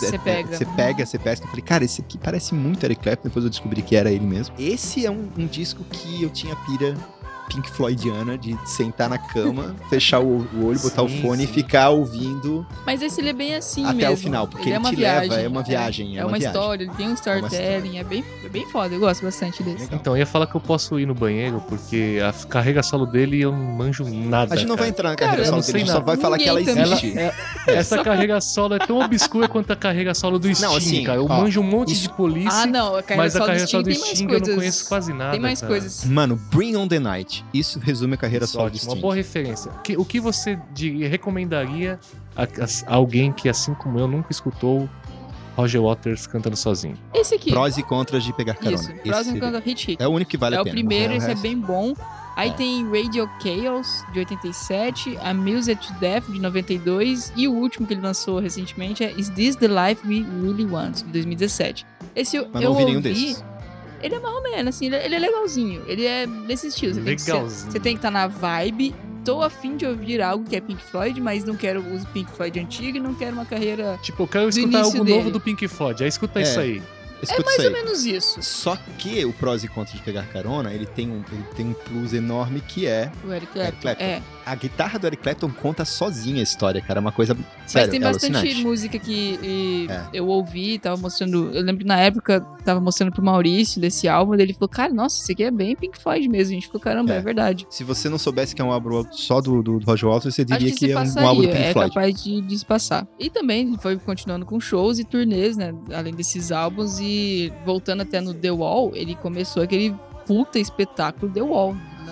Você pesca. Eu falei, cara, esse aqui parece muito Eric Clapton. Depois eu descobri que era ele mesmo. Esse é um disco que eu tinha pira Pink Floydiana de sentar na cama, fechar o olho, botar o fone e ficar ouvindo. Mas esse ele é bem assim até mesmo. O final, porque ele te leva, é uma viagem. É uma história, ele tem um storytelling, é bem foda, eu gosto bastante desse. Legal. Então, eu ia falar que eu posso ir no banheiro, porque a carreira solo dele eu não manjo nada. A gente não vai entrar na carreira solo dele, a gente só vai falar que ela existe. Essa carreira solo é tão obscura quanto a carreira solo do Sting, assim, cara. Eu manjo um monte de Police, mas a carreira solo do Sting eu não conheço quase nada. Tem mais coisas. Mano, Bring on the Night, isso resume a carreira solo do Sting. Uma boa referência. O que você recomendaria a alguém que, assim como eu, nunca escutou Roger Waters cantando sozinho? Esse aqui. Prós e contras de pegar carona. Isso, Prós e contras de Hitchhiking. É o único que vale a pena. É o primeiro, esse é bem bom. Aí tem Radio Chaos, de 87, Amused to Death, de 92, e o último que ele lançou recentemente é Is This the Life We Really Want, de 2017. Esse mas não ouvi nenhum desses. Ele é mais ou menos, assim, ele é legalzinho. Ele é nesse estilo. Você tem que estar na vibe. Tô a fim de ouvir algo que é Pink Floyd, mas não quero o Pink Floyd antigo e não quero uma carreira. Tipo, eu quero escutar algo novo do Pink Floyd. Aí escuta isso aí. É mais ou menos isso. Só que o prós e contras de pegar carona, ele tem um plus enorme que é o Eric Clapton. A guitarra do Eric Clapton conta sozinha a história, cara. É uma coisa sério, mas tem bastante música que eu ouvi, tava mostrando. Eu lembro que na época tava mostrando pro Maurício desse álbum, ele falou, cara, nossa, isso aqui é bem Pink Floyd mesmo. A gente falou, caramba, é verdade. Se você não soubesse que é um álbum só do Roger Waters, você diria que é um álbum do Pink Floyd. É capaz de se passar. E também ele foi continuando com shows e turnês, né? Além desses álbuns. E voltando até no The Wall, ele começou aquele puta espetáculo The Wall.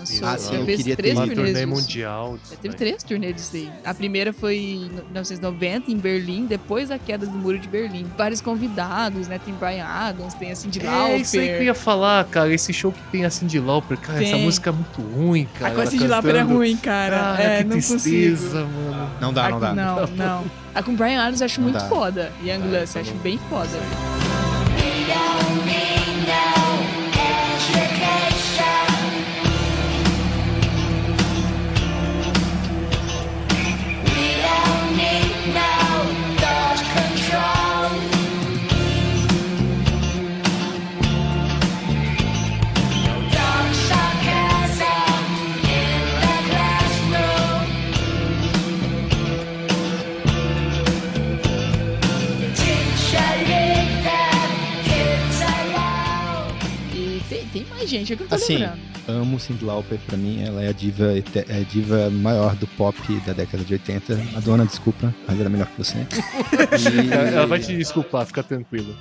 lançou. Ah, já sim, eu fez queria ter 3 ido. Uma turnês turnê disso. mundial. Já teve 3 turnês disso aí. A primeira foi em 1990, em Berlim, depois da queda do Muro de Berlim. Vários convidados, né? Tem Bryan Adams, tem a Cyndi Lauper. É isso aí que eu ia falar, cara. Esse show que tem a Cyndi Lauper, cara, essa Tem. música é muito ruim, cara. A com a ela Cyndi Lauper é cantando. ruim, cara. Cara, que não tristeza, consigo. mano. Não dá, não dá. Não. A com Bryan Adams eu acho Não muito dá. foda. Young Lust, eu tá acho bom. bem foda. E tem mais gente, é que eu tô Assim, lembrando. amo Cyndi Lauper, pra mim ela é a diva maior do pop da década de 80. Madonna, desculpa, mas era melhor que você. Ela vai te desculpar, fica tranquilo.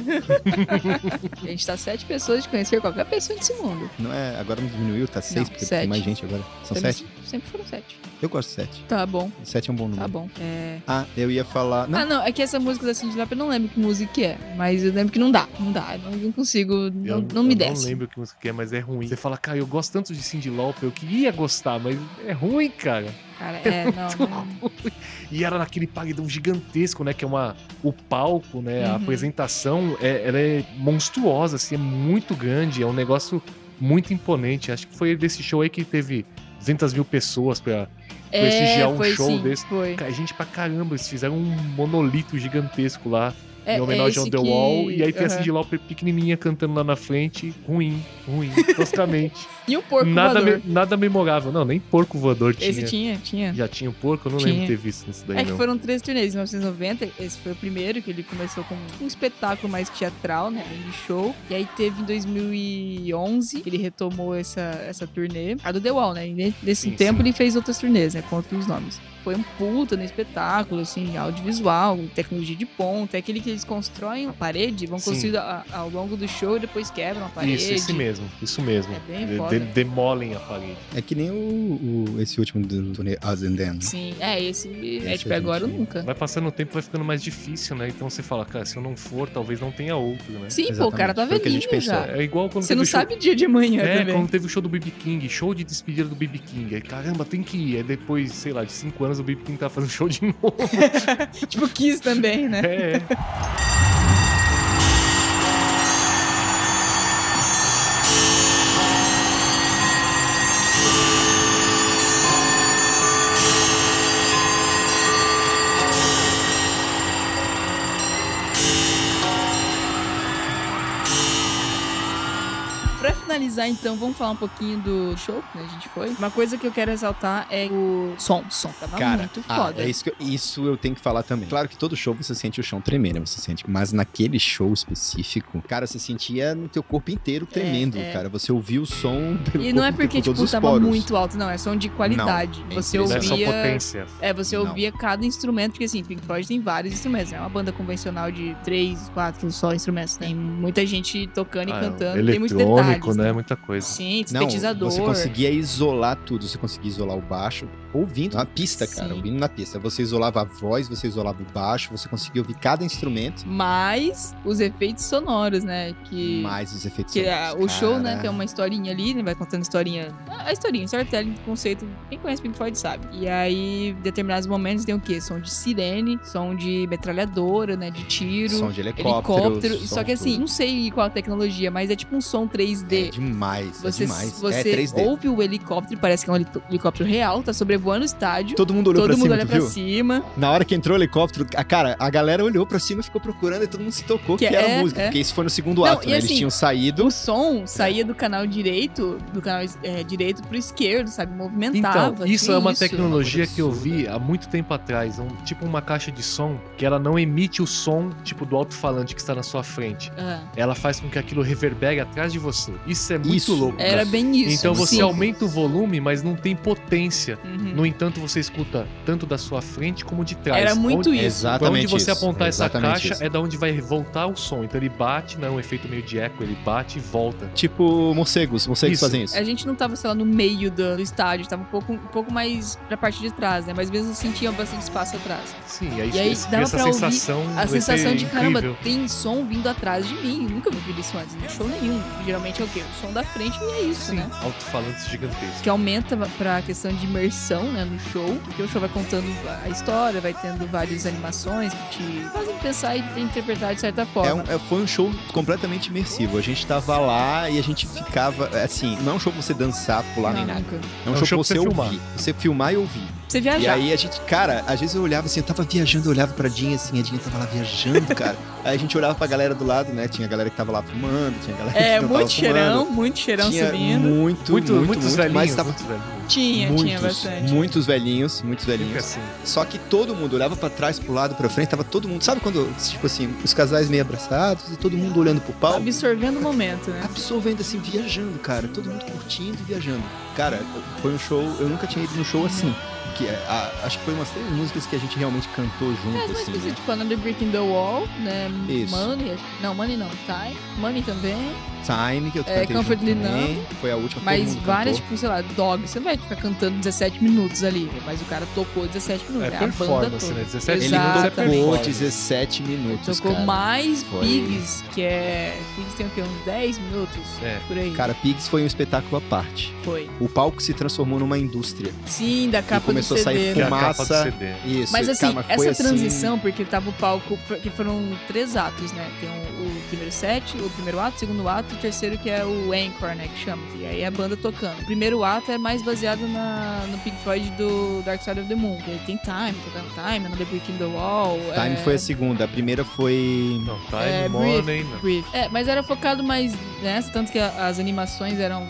A gente tá 7 pessoas de conhecer qualquer pessoa desse mundo. Não é, agora não diminuiu, tá 6, Não, porque 7. tem mais gente agora. São 7? Sempre foram 7. Eu gosto de 7. Tá bom, 7 é um bom número. tá bom. Ah, eu ia falar... Não, Ah, não, é que essa música da Cyndi Lauper eu não lembro que música que é, mas eu lembro que não dá, eu não consigo, não me Eu desce. não lembro que música que é, mas é ruim. Você fala, cara, eu gosto tanto de Cyndi Lauper, eu queria gostar, mas é ruim, cara. Cara, não. E era naquele paredão gigantesco, né? Que é o palco, né? A Uhum. apresentação, ela é monstruosa, assim, é muito grande, é um negócio muito imponente. Acho que foi desse show aí que teve 200 mil pessoas pra prestigiar um foi show sim, desse. foi. Cara, gente pra caramba, eles fizeram um monolito gigantesco lá, É, em homenagem esse ao The que- Wall, e aí tem a Aham. Cyndi Lauper pequenininha cantando lá na frente, ruim, toscamente. E o porco nada, voador? nada memorável. Não, nem porco voador tinha. Esse tinha. Já tinha o porco? Eu não Tinha. lembro de ter visto isso daí, É que não. foram 3 turnês. Em 1990, esse foi o primeiro, que ele começou com um espetáculo mais teatral, né? De show. E aí teve em 2011, que ele retomou essa turnê. A do The Wall, né? E nesse Sim, tempo sim. ele fez outras turnês, né? Com outros nomes. Foi um puta no espetáculo, assim, audiovisual, tecnologia de ponta. É aquele que eles constroem a parede, vão Sim. construindo ao longo do show e depois quebram a parede. Isso, isso mesmo. É bem foda. Demolem a parede. é que nem esse último do turnê Us and Then. Sim, esse é Esse tipo a agora ou gente- nunca. Vai passando o tempo, vai ficando mais difícil, né? Então você fala, cara, se eu não for, talvez não tenha outro, né? Sim, pô, o cara tá Exatamente, foi o que a velhinho gente pensou. já. É igual quando Você teve não o show... sabe o dia de amanhã É, também. quando teve o show do BB King, show de despedida do BB King. Aí, caramba, tem que ir. Aí depois, sei lá, de 5 anos o BB King tá fazendo show de novo. Tipo, Kiss também, né? É. Pra finalizar, então, vamos falar um pouquinho do show que a gente foi. Uma coisa que eu quero ressaltar é o som. O som tava Cara, muito foda. é isso eu tenho que falar também. Claro que todo show você sente o chão tremendo, você sente, mas naquele show específico, cara, você sentia no teu corpo inteiro tremendo, cara. Você ouvia o som pelo E não é corpo, porque, por todos tipo, os tava poros. muito alto, não. É som de qualidade. Não, Você é Não é só ouvia... potência. Você Não. ouvia cada instrumento, porque assim, Pink Floyd tem vários instrumentos, né? É uma banda convencional de 3, 4 só instrumentos. Tem muita gente tocando e cantando, tem muitos eletrônico, detalhes. né? Muita coisa. Sim, Não, sintetizador. você conseguia isolar tudo, você conseguia isolar o baixo ouvindo na pista, cara, Sim. ouvindo na pista. Você isolava a voz, você isolava o baixo, você conseguia ouvir cada instrumento, Mais os efeitos sonoros, né? Que... mais os efeitos Que sonoros, o show, né, cara. tem uma historinha ali, né, vai contando historinha. A historinha, storytelling, conceito. Quem conhece Pink Floyd sabe. E aí, em determinados momentos tem o quê? Som de sirene, som de metralhadora, né, de tiro. Som de helicóptero. som Só que assim, tudo. não sei qual a tecnologia, mas é tipo um som 3D. É demais, Você, é demais. você é 3D. ouve o helicóptero, parece que é um helicóptero real, tá sobrevoando o estádio. Todo mundo olhou Todo pra mundo cima, olha tu pra viu? cima. Na hora que entrou o helicóptero, cara, a galera olhou pra cima e ficou procurando e todo mundo se tocou que era a música. Porque isso foi no segundo Não, ato, e né? assim, Eles tinham saído. O som saía do canal direito, direito pro esquerdo, sabe? Movimentava. Então, isso tinha é uma isso. tecnologia Uma que eu coisa vi há muito tempo atrás. Tipo uma caixa de som que ela não emite o som, tipo, do alto-falante que está na sua frente. Ah, Ela faz com que aquilo reverbere atrás de você. E Isso é muito Isso. louco. Era cara. bem isso. Então você sim. aumenta o volume, mas não tem potência. Uhum. No entanto, você escuta tanto da sua frente como de trás. Era muito Onde- isso. Exatamente. Pra onde você isso. apontar essa Exatamente caixa isso. é da onde vai voltar o som. Então ele bate, não é um efeito meio de eco, ele bate e volta. Tipo morcegos. Morcegos Isso. fazem isso. A gente não tava, sei lá, no meio do estádio, tava um pouco mais pra parte de trás, né? Mas mesmo assim tinha bastante espaço atrás. Sim, aí, E aí dava essa pra ouvir sensação. A vai sensação ser de, caramba, incrível. tem som vindo atrás de mim. Eu nunca vi isso antes, em show nenhum. Geralmente é o quê? O som da frente e é isso, Sim, né? alto-falantes gigantescos. Que aumenta pra questão de imersão, né, no show, porque o show vai contando a história, vai tendo várias animações que te fazem pensar e interpretar de certa forma. Foi um show completamente imersivo. A gente tava lá e a gente ficava, assim, não é um show pra você dançar, pular nem Não, nada. nunca. É um show pra você filmar. ouvir. Você filmar e ouvir. Você E viajar. aí a gente, cara, às vezes eu olhava assim, eu tava viajando, eu olhava pra Dinha assim, a Dinha tava lá viajando, cara. Aí a gente olhava pra galera do lado, né? Tinha galera que tava lá fumando, tinha galera que não tava fumando. Muito cheirão Tinha subindo. Muitos velhinhos, mas tava muitos velhinhos. Tinha bastante. muitos velhinhos, Fica assim. Só que todo mundo olhava pra trás, pro lado, pra frente, tava todo mundo, sabe quando, tipo assim, os casais meio abraçados e todo mundo olhando pro palco? Absorvendo o momento, né? Absorvendo assim, viajando, cara, todo mundo curtindo e viajando. Cara, foi um show, eu nunca tinha ido num show assim. Que acho que foi umas 3 músicas que a gente realmente cantou junto, Mas assim, coisas né? tipo Another Brick in the Wall, né? Isso. Money. Não, Money não. Time. Money também. Time, que eu cantei junto Comfortably também. Numb. Foi a última que todo Mas mundo várias, cantou. tipo, sei lá, Dog. Você não vai ficar cantando 17 minutos ali. Mas o cara tocou 17 minutos. É a banda performance, toda. né? 17 Ele Exato. minutos é tocou performance. 17 minutos, Tocou cara. mais Foi. Pigs, que é... Pigs tem o quê? Uns 10 minutos? É. Por aí. Cara, Pigs foi um espetáculo à parte. Foi. O palco se transformou numa indústria. Sim, da capa começou do a sair CD. Que é a né? capa do fumaça. CD. Isso. Mas assim, cara, mas foi essa assim- transição, porque tava o palco, que foram 3 atos, né? Tem o primeiro set, o primeiro ato, o segundo ato e o terceiro que é o Encore, né? Que chama. E aí é a banda tocando. O primeiro ato é mais baseado no Pink Floyd do Dark Side of the Moon. E aí tem Time, tocando Time, Another Brick in the Wall. Time foi a segunda. A primeira foi... Não, Time, Money, não. Brief. Mas era focado mais nessa, tanto que as animações eram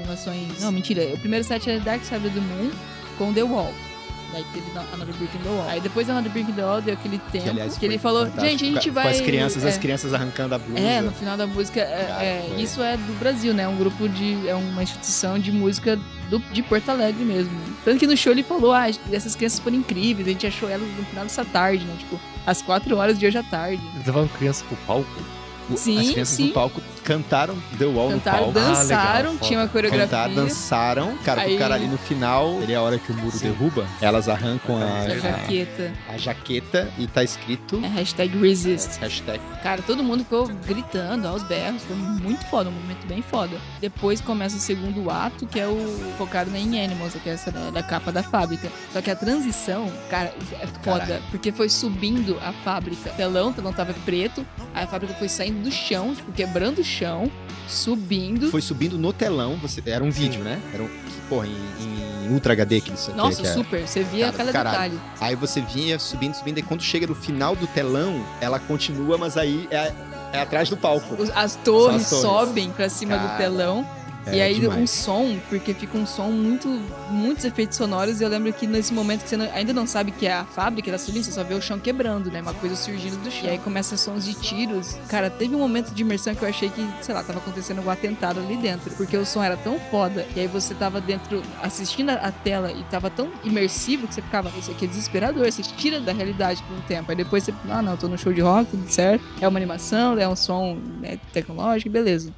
Não, mentira. O primeiro set era Dark Side of the Moon com The Wall. Daí teve Another Brick in the Wall. Aí depois Another Brick in the Wall deu aquele tempo que, aliás, ele foi falou, fantástico. gente, a gente Com vai... as crianças arrancando a blusa. no final da música, foi. isso é do Brasil, né? É uma instituição de música de Porto Alegre mesmo. Tanto que no show ele falou, essas crianças foram incríveis, a gente achou elas no final dessa tarde, né? Tipo, às 4 horas de hoje à tarde. Eles levaram criança pro palco. Sim, As crianças sim. no palco cantaram The Wall Cantaram, no palco. dançaram, legal, tinha uma coreografia. Cantaram, dançaram. Cara, Aí- o cara ali no final, ele é a hora que o muro derruba, elas arrancam A jaqueta. a jaqueta e tá escrito... É hashtag resist. Hashtag. Cara, todo mundo ficou gritando aos berros. Foi muito foda, um momento bem foda. Depois começa o segundo ato, que é o focado na Inanimals, que é essa da capa da fábrica. Só que a transição, cara, é foda. Caralho. Porque foi subindo a fábrica. O telão tava preto. Aí a fábrica foi saindo do chão, tipo, quebrando o chão, subindo. Foi subindo no telão, era um vídeo, né? Era um, porra, em Ultra HD que isso Nossa, que é. super. Você via Cara, cada caralho. detalhe. Aí você vinha subindo, e quando chega no final do telão, ela continua, mas aí é atrás do palco. As torres São as torres. sobem pra cima do Cara, telão. É E aí demais. um som, porque fica um som muitos efeitos sonoros, e eu lembro que nesse momento que você ainda não sabe que é a fábrica, ela subindo, você só vê o chão quebrando, né? Uma coisa surgindo do chão. E aí começa sons de tiros. Cara, teve um momento de imersão que eu achei que, sei lá, tava acontecendo um atentado ali dentro. Porque o som era tão foda, e aí você tava dentro, assistindo a tela, e tava tão imersivo que você ficava, isso aqui é desesperador, você tira da realidade por um tempo. Aí depois você, não, tô no show de rock, tudo certo. É uma animação, é um som, né, tecnológico, beleza.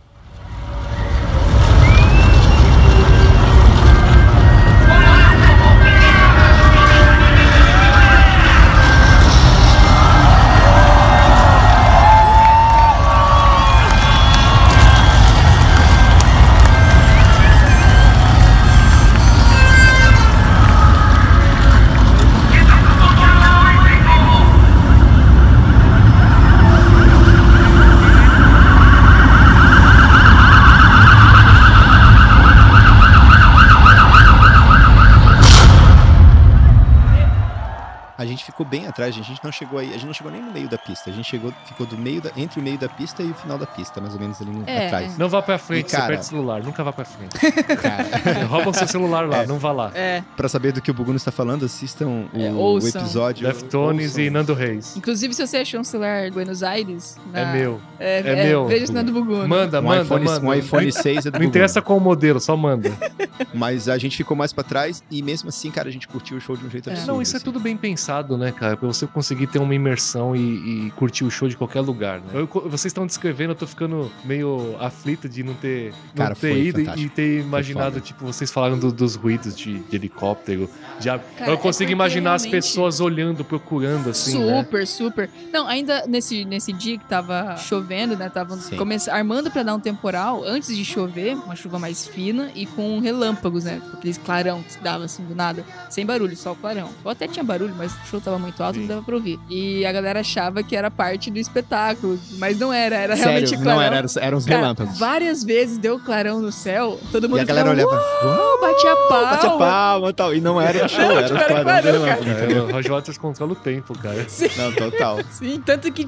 gente ficou bem atrás, a gente não chegou aí, a gente não chegou nem no meio da pista, a gente ficou entre o meio da pista e o final da pista, mais ou menos ali atrás. Não vá pra frente, cara, você perde o celular, nunca vá pra frente. Cara, Roubam seu celular lá, não vá lá. Pra saber do que o Buguno está falando, assistam o ouçam. episódio. Deftones e Nando Reis. Inclusive, se você achou um celular Buenos Aires... É meu. meu. Veja se não é do Buguno. Manda. Um iPhone 6 é do Não interessa qual modelo, só manda. Mas a gente ficou mais pra trás e mesmo assim, cara, a gente curtiu o show de um jeito absurdo. Não, isso é tudo bem pensado, né, cara? Pra você conseguir ter uma imersão e curtir o show de qualquer lugar, né? Vocês estão descrevendo, eu tô ficando meio aflito de não ter ido fantástico. E ter imaginado, tipo, vocês falaram dos ruídos de helicóptero. Cara, eu consigo imaginar as realmente... pessoas olhando, procurando, assim, Super. Não, ainda nesse dia que tava chovendo, né? Tava armando pra dar um temporal, antes de chover, uma chuva mais fina e com relâmpagos, né? Aqueles clarão que se dava assim do nada, sem barulho, só o clarão. Ou até tinha barulho, mas o show tava muito alto e não dava pra ouvir. E a galera achava que era parte do espetáculo, mas não era realmente clarão. Não era, eram os relâmpagos. Várias vezes deu clarão no céu, todo mundo e a galera olhava, batia palma e tal. E não era o show, era o clarão do relâmpago. O Roger Waters controla o tempo, cara. Sim. Não, total. Sim, tanto que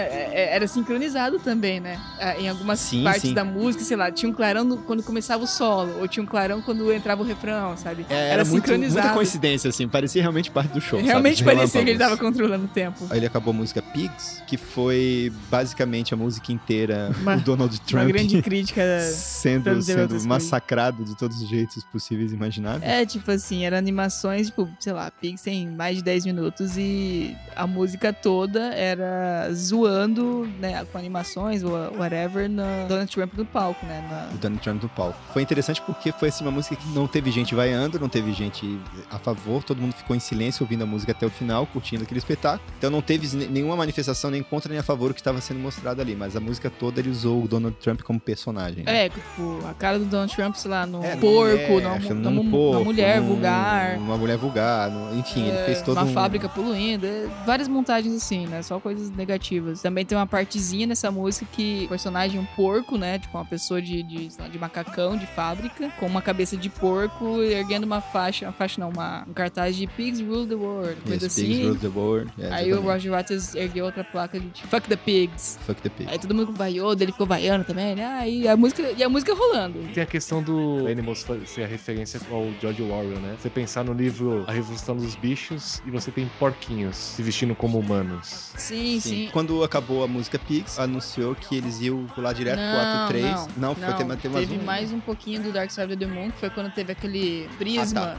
era sincronizado também, né? Em algumas partes da música, sei lá, tinha um clarão quando começava o solo, ou tinha um clarão quando entrava o refrão, sabe? Era sincronizado. Muita coincidência, assim, parecia realmente parte do show. Realmente parecia que ele tava controlando o tempo. Aí ele acabou a música Pigs, que foi basicamente a música inteira, o Donald Trump. Uma grande crítica sendo massacrado de todos os jeitos possíveis e imagináveis. Tipo assim, eram animações, tipo, sei lá, Pigs tem mais de 10 minutos e a música toda era zoando, né, com animações ou whatever, no Donald Trump no palco, né? O Donald Trump no palco. Foi interessante porque foi assim uma música que não teve gente vaiando, não teve gente a favor, todo mundo ficou em silêncio ouvindo a música até o final, curtindo aquele espetáculo. Então não teve nenhuma manifestação nem contra nem a favor do que estava sendo mostrado ali, mas a música toda ele usou o Donald Trump como personagem. Né? Tipo, a cara do Donald Trump, sei lá, no porco, numa mulher vulgar. Uma mulher vulgar, enfim, ele fez todo uma fábrica poluindo, várias montagens assim, né? Só coisas negativas. Também tem uma partezinha nessa música que o personagem é um porco, né? Tipo, uma pessoa de macacão, de fábrica, com uma cabeça de porco, erguendo uma faixa não, um cartaz de Pigs Rule the World, coisa assim. Pigs Rule the World. Aí o Roger Waters ergueu outra placa de tipo, Fuck the Pigs. Fuck the Pigs. Aí todo mundo vaiou, ele ficou vaiando também, né? E a música rolando. Tem a questão do Animals ser a referência ao George Orwell, né? Você pensar no livro A Revolução dos Bichos e você tem porquinhos se vestindo como humanos. Sim. Quando acabou a música Pigs, anunciou que eles iam pular direto pro ato 3. Não, foi ter mais teve mais um pouquinho do Dark Side of the Moon, que foi quando teve aquele prisma.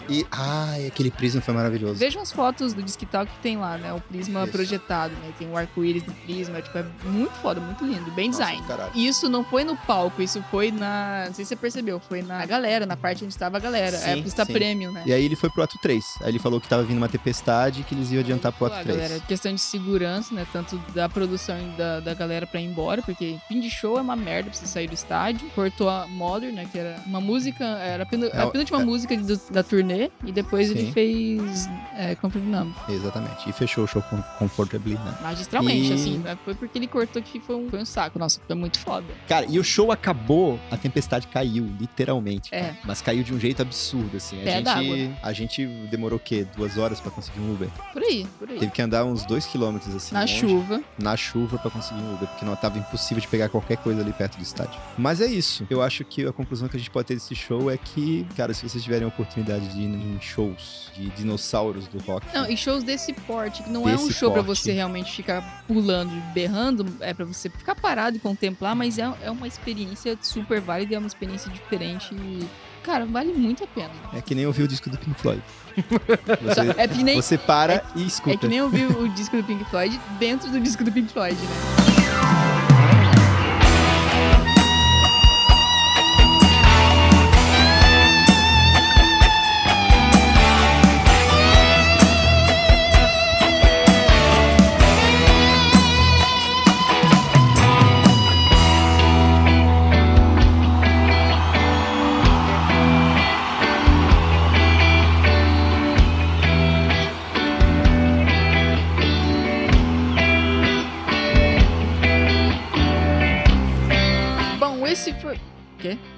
Aquele prisma foi maravilhoso. Vejam as fotos do Disque Talk que tem lá, né? O prisma projetado, né? Tem o arco-íris do prisma, tipo, é muito foda, muito lindo, bem design. E isso não foi no palco, isso foi não sei se você percebeu, foi na galera, na parte onde estava a galera. É a pista premium, né? E aí ele foi pro ato 3. Aí ele falou que tava vindo uma tempestade e que eles iam adiantar pro ato 3. Galera, questão de segurança, né? Tanto da produção e da galera pra ir embora, porque fim de show é uma merda pra você sair do estádio. Cortou a Mother, né? Que era uma música, era a penúltima música da turnê, e depois ele fez Comfort Numb. Exatamente. E fechou o show com Comfortably, né? Magistralmente, assim. Foi porque ele cortou que foi um saco. Nossa, foi muito foda. Cara, e o show acabou, a tempestade caiu, literalmente. Mas caiu de um jeito absurdo, assim. A gente demorou o quê? 2 horas pra conseguir um Uber? Por aí. Teve que andar uns 2 quilômetros, assim. Na chuva pra conseguir um Uber, porque não tava impossível de pegar qualquer coisa ali perto do estádio. Mas é isso. Eu acho que a conclusão que a gente pode ter desse show é que, cara, se vocês tiverem a oportunidade de ir em shows de dinossauros do rock... Não, e shows desse porte, que não é um show pra você realmente ficar pulando e berrando, é pra você ficar parado e contemplar, mas é uma experiência super válida, é uma experiência diferente e... Cara, vale muito a pena. É que nem ouvir o disco do Pink Floyd. Você e escuta. É que nem ouvir o disco do Pink Floyd dentro do disco do Pink Floyd, né? Esse foi... O quê?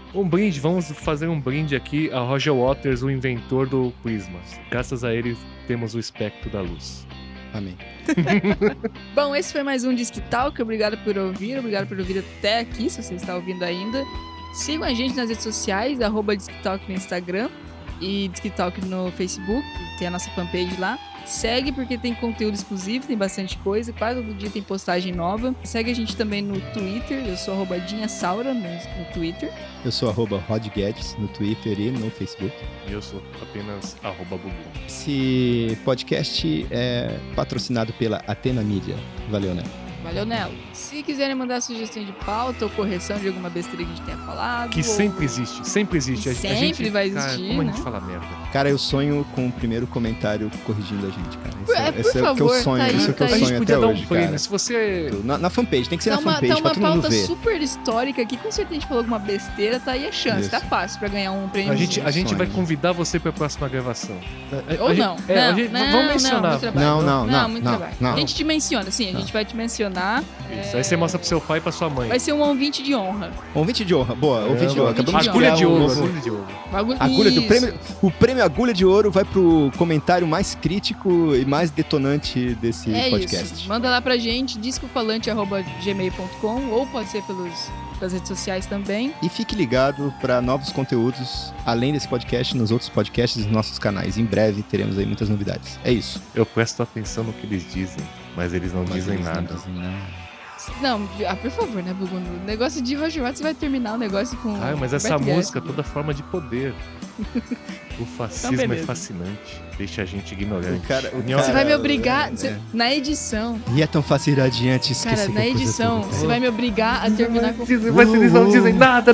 Um brinde, vamos fazer um brinde aqui a Roger Waters, o inventor do Prisma. Graças a ele temos o espectro da luz. Amém. Bom, esse foi mais um Disque Talk. Obrigado por ouvir até aqui, se você está ouvindo ainda. Sigam a gente nas redes sociais, Disque Talk no Instagram e Disque Talk no Facebook, tem a nossa fanpage lá. Segue porque tem conteúdo exclusivo, tem bastante coisa, quase todo dia tem postagem nova. Segue a gente também no Twitter, eu sou @dinhasaura no Twitter. Eu sou @rodguedes no Twitter e no Facebook. Eu sou apenas @bubu. Esse podcast é patrocinado pela Atena Mídia. Valeu, né? Valeu, Nelo. Se quiserem mandar sugestão de pauta ou correção de alguma besteira que a gente tenha falado. Que sempre existe. Sempre vai existir, cara, como a gente né? fala merda. Cara, eu sonho com o primeiro comentário corrigindo a gente, cara. Por Esse é o que eu favor, sonho, tá aí, isso é o que tá eu aí. A gente sonho podia até dar um hoje, prêmio. cara. Se você... Na fanpage, tem que ser Tá na uma fanpage pra todo mundo pauta ver. super histórica aqui, com certeza a gente falou alguma besteira, tá aí a chance, Isso. tá fácil pra ganhar um prêmio. A gente vai sonho. convidar você pra próxima gravação. Ou não. Vamos mencionar. muito trabalho. Não, muito não, trabalho. não. A gente te menciona, sim, a gente vai te mencionar. Isso. Aí você mostra pro seu pai e pra sua mãe. Vai ser um ouvinte de honra. Ouvinte de honra. Boa, ouvinte de honra. Acabamos de Agulha criar de um ouro. novo- Agulha de ouro. Agulha do Isso. prêmio, o prêmio Agulha de Ouro vai pro comentário mais crítico e mais detonante desse podcast. Isso. Manda lá pra gente, discofalante@gmail.com ou pode ser pelas redes sociais também. E fique ligado para novos conteúdos, além desse podcast, nos outros podcasts dos nossos canais. Em breve teremos aí muitas novidades. É isso. Eu presto atenção no que eles dizem, mas eles não dizem nada. Não, por favor, né, Bugu? O negócio de Roger Waters vai terminar o negócio com. Ah, mas essa Roberto música, Guedes. toda forma de poder. O fascismo Então, é beleza. fascinante. Deixa a gente ignorante. Você vai me obrigar. é. Na edição. E é tão fácil ir adiante, esquecer Cara, que na a coisa edição, toda- você vai me obrigar a terminar com. Mas eles não dizem nada.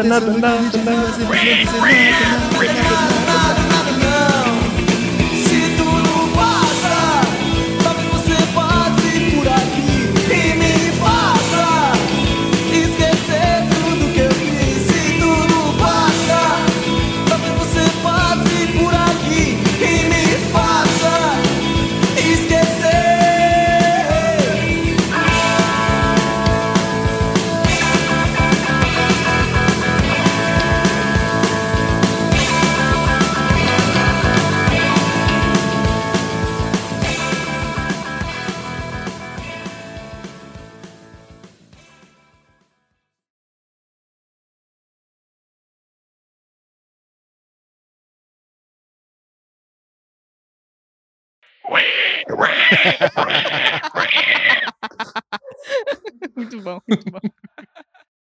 Se tudo passa, talvez você passe por aqui e me faça esquecer tudo que eu fiz. Se tudo passa, talvez você passe por aqui e me faça esquecer. Muito bom, muito bom.